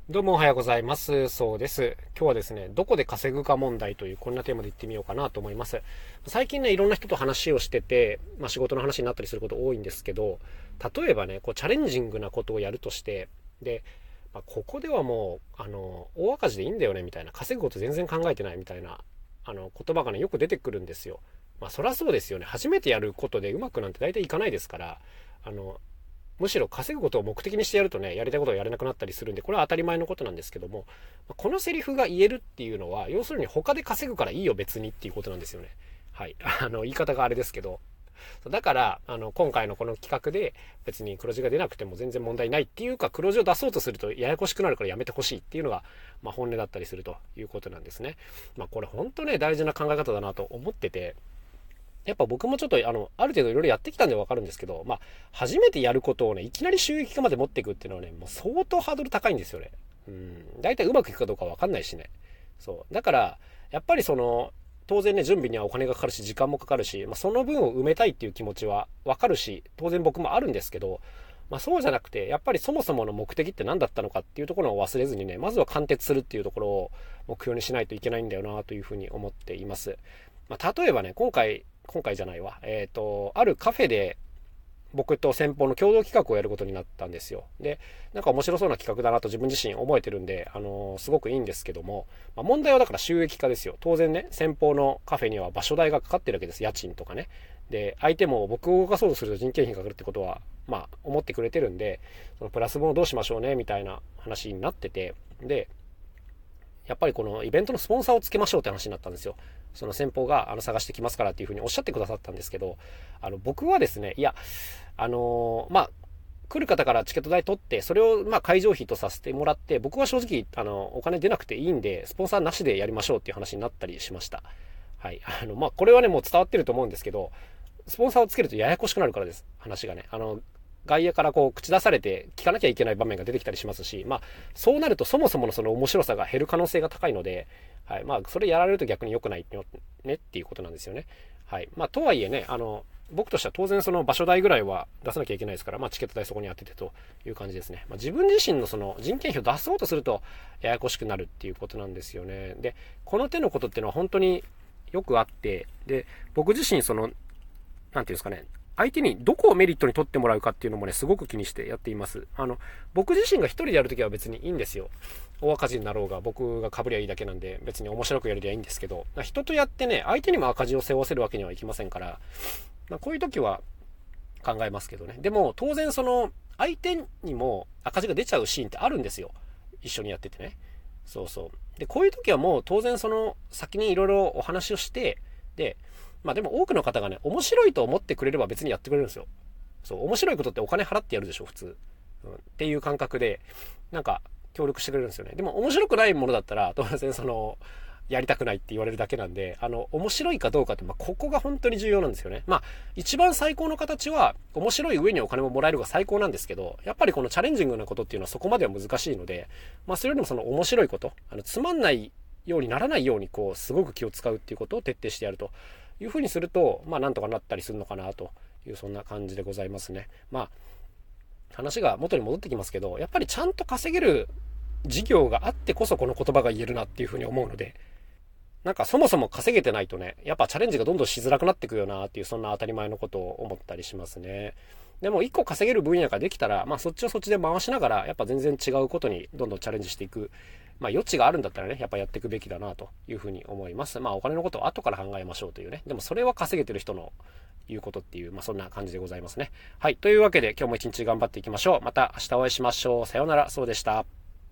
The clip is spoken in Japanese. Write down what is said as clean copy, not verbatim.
どうもおはようございます。そうです。今日はですね、どこで稼ぐか問題というこんなテーマで言ってみようかなと思います。最近ね、いろんな人と話をしてて、仕事の話になったりすること多いんですけど、例えばね、チャレンジングなことをやるとして、で、ここではもう、大赤字でいいんだよね、みたいな、稼ぐこと全然考えてないみたいな、言葉がね、よく出てくるんですよ。そりゃそうですよね。初めてやることでうまくなんて大体いかないですから、あの、むしろ稼ぐことを目的にしてやるとね、やりたいことをやれなくなったりするんで、これは当たり前のことなんですけども、このセリフが言えるっていうのは、要するに他で稼ぐからいいよ別にっていうことなんですよね。はい。言い方があれですけど。だから、今回のこの企画で別に黒字が出なくても全然問題ないっていうか、黒字を出そうとするとややこしくなるからやめてほしいっていうのが、本音だったりするということなんですね。これ本当ね、大事な考え方だなと思ってて、やっぱ僕もちょっとある程度いろいろやってきたんでわかるんですけど、初めてやることをね、いきなり収益化まで持っていくっていうのはね、もう相当ハードル高いんですよね。大体うまくいくかどうかわかんないしね。そう。だから、やっぱり当然ね、準備にはお金がかかるし、時間もかかるし、その分を埋めたいっていう気持ちはわかるし、当然僕もあるんですけど、そうじゃなくて、やっぱりそもそもの目的って何だったのかっていうところを忘れずにね、まずは貫徹するっていうところを目標にしないといけないんだよなというふうに思っています。例えばね、今回じゃないわ。あるカフェで僕と先方の共同企画をやることになったんですよ。で、なんか面白そうな企画だなと自分自身思えてるんで、すごくいいんですけども、問題はだから収益化ですよ。当然ね、先方のカフェには場所代がかかってるわけです。家賃とかね。で、相手も僕を動かそうとすると人件費がかかるってことは、思ってくれてるんで、そのプラス分をどうしましょうね、みたいな話になってて、で、やっぱりこのイベントのスポンサーをつけましょうって話になったんですよ。その先方が探してきますからっていうふうにおっしゃってくださったんですけど、僕はですね、いや、来る方からチケット代取って、それを会場費とさせてもらって、僕は正直お金出なくていいんで、スポンサーなしでやりましょうっていう話になったりしました。はい。これはね、もう伝わってると思うんですけど、スポンサーをつけるとややこしくなるからです。話がね。外野から口出されて聞かなきゃいけない場面が出てきたりしますし、そうなるとそもそものその面白さが減る可能性が高いので、はい。それやられると逆に良くないねっていうことなんですよね。はい。とはいえね、僕としては当然その場所代ぐらいは出さなきゃいけないですから、チケット代そこに当ててという感じですね。自分自身のその人件費を出そうとするとややこしくなるっていうことなんですよね。で、この手のことっていうのは本当によくあって、で、僕自身なんていうんですかね、相手にどこをメリットに取ってもらうかっていうのもね、すごく気にしてやっています。僕自身が一人でやるときは別にいいんですよ。大赤字になろうが、僕が被りゃいいだけなんで、別に面白くやりゃいいんですけど、人とやってね、相手にも赤字を背負わせるわけにはいきませんから、こういう時は考えますけどね。でも、当然相手にも赤字が出ちゃうシーンってあるんですよ。一緒にやっててね。そうそう。で、こういう時はもう当然先にいろいろお話をして、で、でも多くの方がね、面白いと思ってくれれば別にやってくれるんですよ。そう、面白いことってお金払ってやるでしょ、普通。っていう感覚で、なんか、協力してくれるんですよね。でも面白くないものだったら、当然やりたくないって言われるだけなんで、面白いかどうかって、ここが本当に重要なんですよね。一番最高の形は、面白い上にお金ももらえるが最高なんですけど、やっぱりこのチャレンジングなことっていうのはそこまでは難しいので、それよりも面白いこと、つまんないようにならないように、すごく気を使うっていうことを徹底してやるというふうにすると、なんとかなったりするのかなという、そんな感じでございますね。話が元に戻ってきますけど、やっぱりちゃんと稼げる事業があってこそこの言葉が言えるなっていうふうに思うので、なんかそもそも稼げてないとね、やっぱチャレンジがどんどんしづらくなっていくよなっていう、そんな当たり前のことを思ったりしますね。でも一個稼げる分野ができたら、そっちをそっちで回しながら、やっぱ全然違うことにどんどんチャレンジしていく。余地があるんだったらね、やっぱやっていくべきだなというふうに思います。お金のことを後から考えましょうというね。でもそれは稼げてる人の言うことっていう、そんな感じでございますね。はい。というわけで今日も一日頑張っていきましょう。また明日お会いしましょう。さようなら。そうでした。